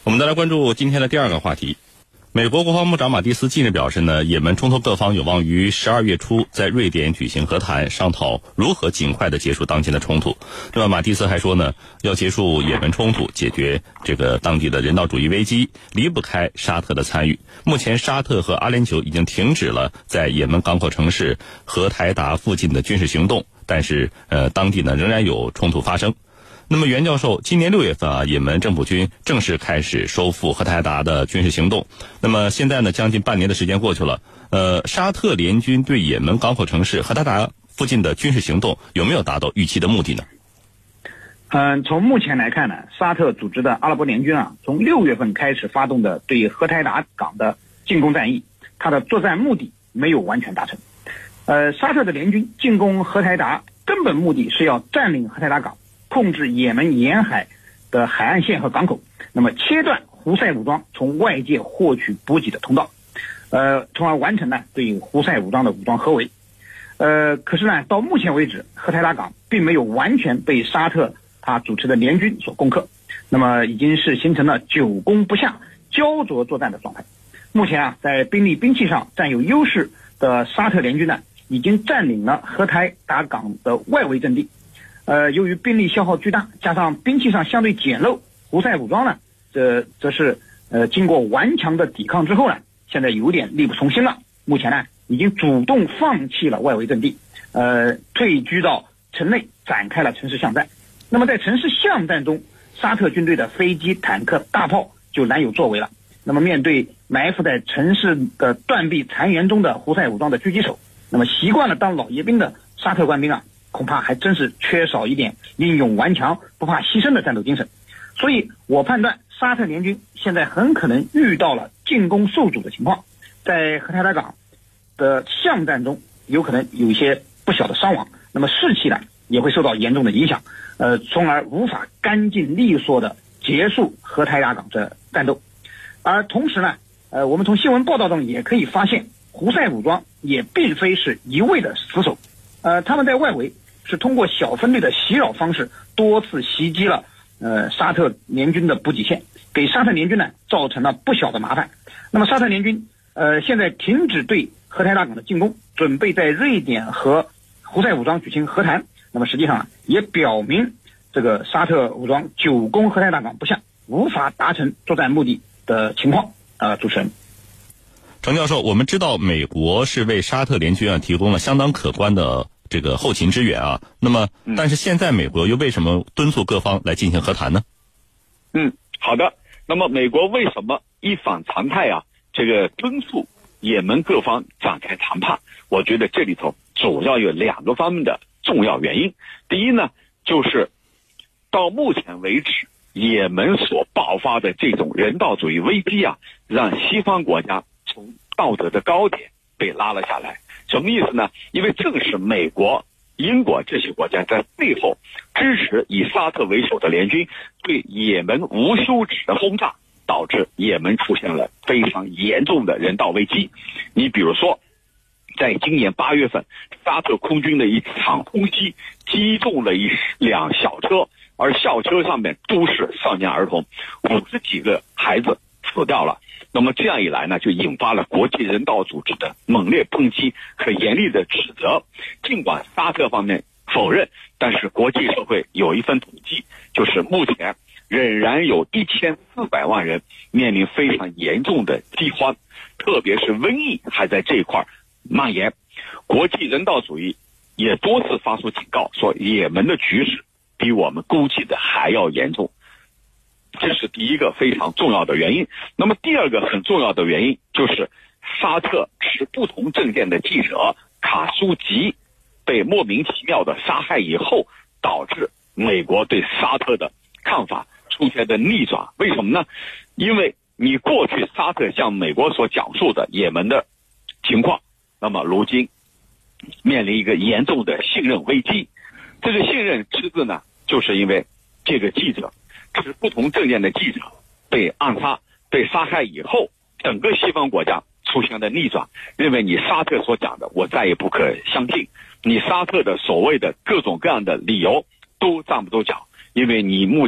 我们再来关注今天的第二个话题。美国国防部长马蒂斯近日表示呢，也门冲突各方有望于12月初在瑞典举行和谈，商讨如何尽快的结束当前的冲突。那么马蒂斯还说呢，要结束也门冲突，解决这个当地的人道主义危机，离不开沙特的参与。目前沙特和阿联酋已经停止了在也门港口城市荷台达附近的军事行动，但是当地呢仍然有冲突发生。那么袁教授，今年6月份也门政府军正式开始收复荷台达的军事行动。那么现在呢，将近半年的时间过去了，沙特联军对也门港口城市荷台达附近的军事行动有没有达到预期的目的呢？ 从目前来看呢，沙特组织的阿拉伯联军从6月份开始发动的对荷台达港的进攻战役，它的作战目的没有完全达成。沙特的联军进攻荷台达根本目的是要占领荷台达港，控制也门沿海的海岸线和港口，那么切断胡塞武装从外界获取补给的通道，从而完成呢对胡塞武装的武装合围。可是呢，到目前为止，荷台达港并没有完全被沙特他主持的联军所攻克，那么已经是形成了久攻不下、焦灼作战的状态。目前在兵力兵器上占有优势的沙特联军呢，已经占领了荷台达港的外围阵地。由于兵力消耗巨大，加上兵器上相对简陋，胡塞武装呢，则是经过顽强的抵抗之后呢，现在有点力不从心了。目前呢，已经主动放弃了外围阵地，退居到城内，展开了城市巷战。那么在城市巷战中，沙特军队的飞机、坦克、大炮就难有作为了。那么面对埋伏在城市的断壁残垣中的胡塞武装的狙击手，那么习惯了当老爷兵的沙特官兵恐怕还真是缺少一点英勇顽强、不怕牺牲的战斗精神。所以我判断沙特联军现在很可能遇到了进攻受阻的情况，在荷台达港的巷战中有可能有一些不小的伤亡，那么士气呢也会受到严重的影响，从而无法干净利索的结束荷台达港的战斗。而同时呢，我们从新闻报道中也可以发现，胡塞武装也并非是一味的死守，他们在外围是通过小分队的袭扰方式，多次袭击了沙特联军的补给线，给沙特联军呢造成了不小的麻烦。那么沙特联军现在停止对荷台达港的进攻，准备在瑞典和胡塞武装举行和谈。那么实际上也表明这个沙特武装久攻荷台达港不下，无法达成作战目的的情况。主持人程教授，我们知道美国是为沙特联军提供了相当可观的这个后勤支援那么但是现在美国又为什么敦促各方来进行和谈呢？ 好的。那么美国为什么一反常态这个敦促也门各方展开谈判？我觉得这里头主要有2个方面的重要原因。第一呢，就是到目前为止，也门所爆发的这种人道主义危机让西方国家从道德的高点被拉了下来。什么意思呢？因为正是美国、英国这些国家在背后支持以沙特为首的联军对也门无休止的轰炸，导致也门出现了非常严重的人道危机。你比如说，在今年8月份，沙特空军的一场空袭击中了一辆小车，而校车上面都是少年儿童，50几个孩子死掉了。那么这样一来呢，就引发了国际人道组织的猛烈抨击和严厉的指责。尽管沙特方面否认，但是国际社会有一份统计，就是目前仍然有1400万人面临非常严重的饥荒，特别是瘟疫还在这一块蔓延。国际人道主义也多次发出警告，说也门的局势比我们估计的还要严重。这是第一个非常重要的原因。那么第二个很重要的原因就是沙特持不同政见的记者卡舒吉被莫名其妙的杀害以后，导致美国对沙特的看法出现的逆转。为什么呢？因为你过去沙特向美国所讲述的也门的情况，那么如今面临一个严重的信任危机。这个信任之字呢，就是因为这个记者持不同政见的记者被暗杀、被杀害以后，整个西方国家出现了逆转，认为你沙特所讲的我再也不可相信，你沙特的所谓的各种各样的理由都站不住脚，因为你目前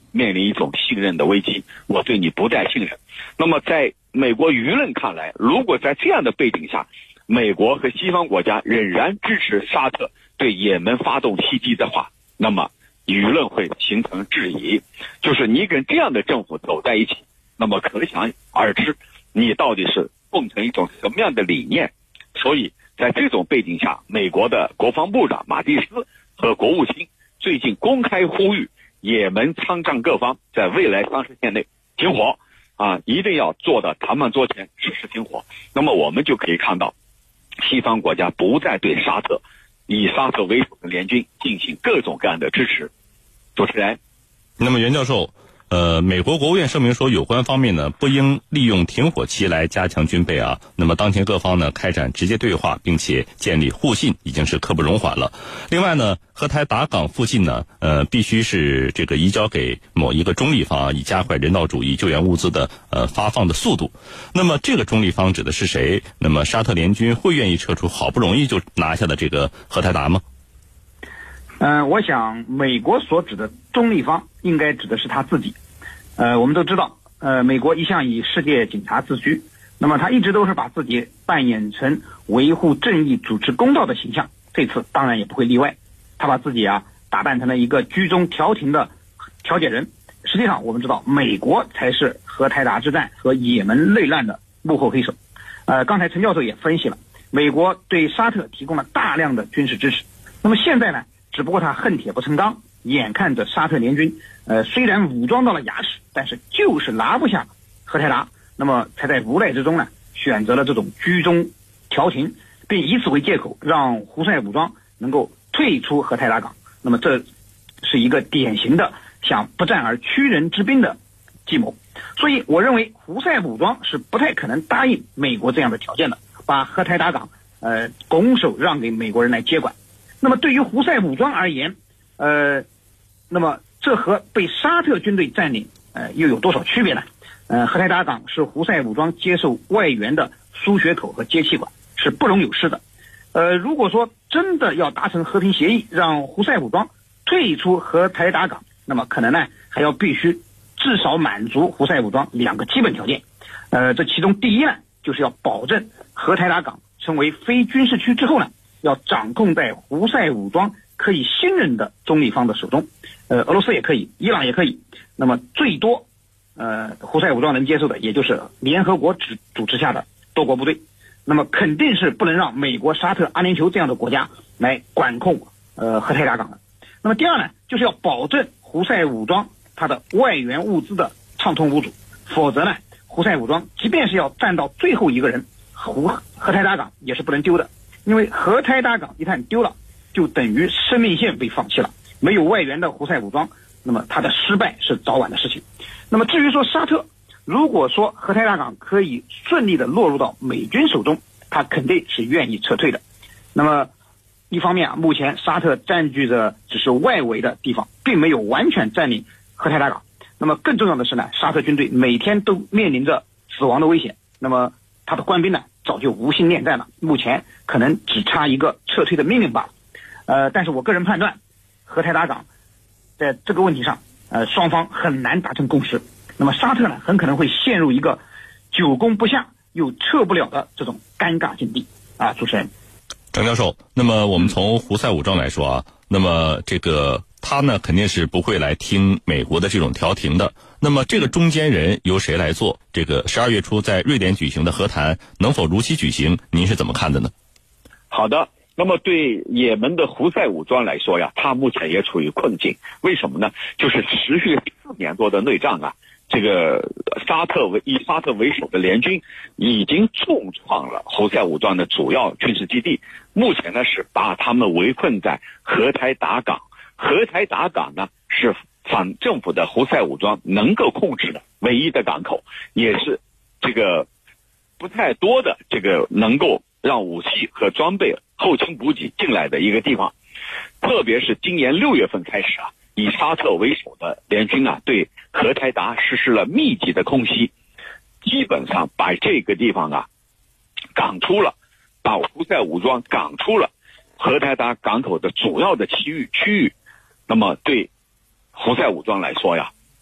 面临一种信任的危机，我对你不再信任。那么在美国舆论看来，如果在这样的背景下，美国和西方国家仍然支持沙特对也门发动袭击的话，那么舆论会形成质疑，就是你跟这样的政府走在一起，那么可想而知你到底是奉承一种什么样的理念。所以在这种背景下，美国的国防部长马蒂斯和国务卿最近公开呼吁也门参战各方在未来30天内停火一定要坐到谈判桌前实施停火。那么我们就可以看到西方国家不再对沙特以沙特为首的联军进行各种各样的支持。主持人， 那么袁教授，美国国务院声明说，有关方面呢不应利用停火期来加强军备啊。那么当前各方呢开展直接对话，并且建立互信，已经是刻不容缓了。另外呢，荷台达港附近呢，必须是这个移交给某一个中立方，以加快人道主义救援物资的发放的速度。那么这个中立方指的是谁？那么沙特联军会愿意撤出好不容易就拿下的这个荷台达吗？ 我想美国所指的中立方应该指的是他自己。我们都知道，美国一向以世界警察自居，那么他一直都是把自己扮演成维护正义、主持公道的形象，这次当然也不会例外。他把自己打扮成了一个居中调停的调解人。实际上我们知道，美国才是荷台达之战和也门内乱的幕后黑手。刚才陈教授也分析了，美国对沙特提供了大量的军事支持。那么现在呢，只不过他恨铁不成钢，眼看着沙特联军虽然武装到了牙齿，但是就是拿不下荷台达，那么才在无奈之中呢选择了这种居中调停，并以此为借口让胡塞武装能够退出荷台达港。那么这是一个典型的想不战而屈人之兵的计谋。所以我认为胡塞武装是不太可能答应美国这样的条件的，把荷台达港拱手让给美国人来接管。那么对于胡塞武装而言，那么这和被沙特军队占领又有多少区别呢？荷台达港是胡塞武装接受外援的输血口和接气管，是不容有失的。如果说真的要达成和平协议，让胡塞武装退出荷台达港，那么可能呢还要必须至少满足胡塞武装2个基本条件。这其中第一呢，就是要保证荷台达港成为非军事区之后呢，要掌控在胡塞武装可以信任的中立方的手中。俄罗斯也可以，伊朗也可以。那么最多胡塞武装能接受的也就是联合国主持下的多国部队。那么肯定是不能让美国、沙特、阿联酋这样的国家来管控荷台达港的。那么第二呢，就是要保证胡塞武装它的外援物资的畅通无阻，否则呢，胡塞武装即便是要战到最后一个人，荷台达港也是不能丢的。因为荷台达港一旦丢了，就等于生命线被放弃了。没有外援的胡塞武装，那么它的失败是早晚的事情。那么至于说沙特，如果说荷台达港可以顺利的落入到美军手中，他肯定是愿意撤退的。那么一方面目前沙特占据着只是外围的地方，并没有完全占领荷台达港。那么更重要的是呢，沙特军队每天都面临着死亡的危险。那么他的官兵呢，早就无心恋战了，目前可能只差一个撤退的命令罢了。但是我个人判断，荷台达港在这个问题上，双方很难达成共识。那么沙特呢，很可能会陷入一个久攻不下又撤不了的这种尴尬境地主持人。 张教授，那么我们从胡塞武装来说那么这个他呢肯定是不会来听美国的这种调停的。那么这个中间人由谁来做？这个12月初在瑞典举行的和谈能否如期举行？您是怎么看的呢？ 好的，那么对也门的胡塞武装来说呀，他目前也处于困境。为什么呢？就是持续4年多的内战这个以沙特为首的联军已经重创了胡塞武装的主要军事基地，目前呢是把他们围困在荷台达港。荷台达港呢是反政府的胡塞武装能够控制的唯一的港口，也是这个不太多的这个能够让武器和装备后勤补给进来的一个地方。特别是今年6月份开始以沙特为首的联军对荷台达实施了密集的空袭，基本上把这个地方赶出了，把胡塞武装赶出了荷台达港口的主要的区域。那么对胡塞武装来说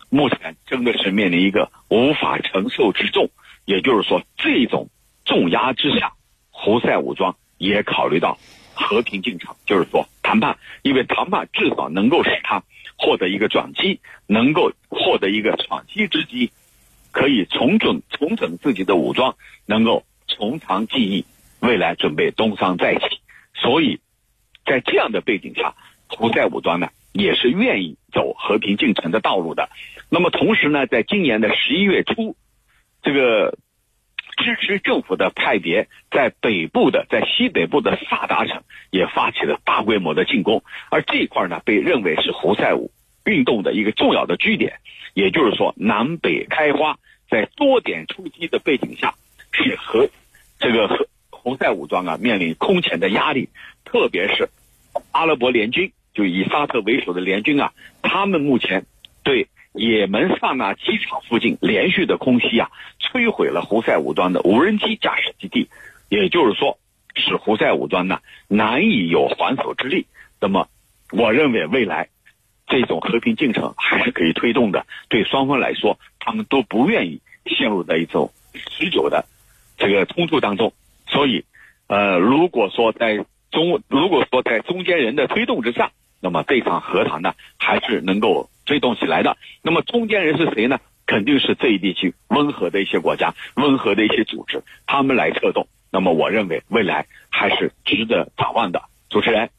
目前真的是面临一个无法承受之重。也就是说，这种重压之下，胡塞武装也考虑到和平进程，就是说谈判，因为谈判至少能够使他获得一个转机，能够获得一个喘息之机，可以重整自己的武装，能够从长计议，未来准备东山再起。所以在这样的背景下，胡塞武装呢也是愿意走和平进程的道路的。那么同时呢，在今年的11月初，这个支持政府的派别在西北部的萨达省也发起了大规模的进攻，而这一块呢被认为是胡塞运动的一个重要的据点。也就是说，南北开花，在多点出击的背景下，是和胡塞武装面临空前的压力。特别是阿拉伯联军，就以沙特为首的联军他们目前对也门萨那机场附近连续的空袭摧毁了胡塞武装的无人机驾驶基地，也就是说使胡塞武装难以有还手之力。那么我认为未来这种和平进程还是可以推动的，对双方来说他们都不愿意陷入的一种持久的这个冲突当中。所以如果说在中间人的推动之下，那么这场和谈还是能够推动起来的。那么中间人是谁呢？肯定是这一地区温和的一些国家，温和的一些组织，他们来策动。那么我认为未来还是值得展望的。主持人。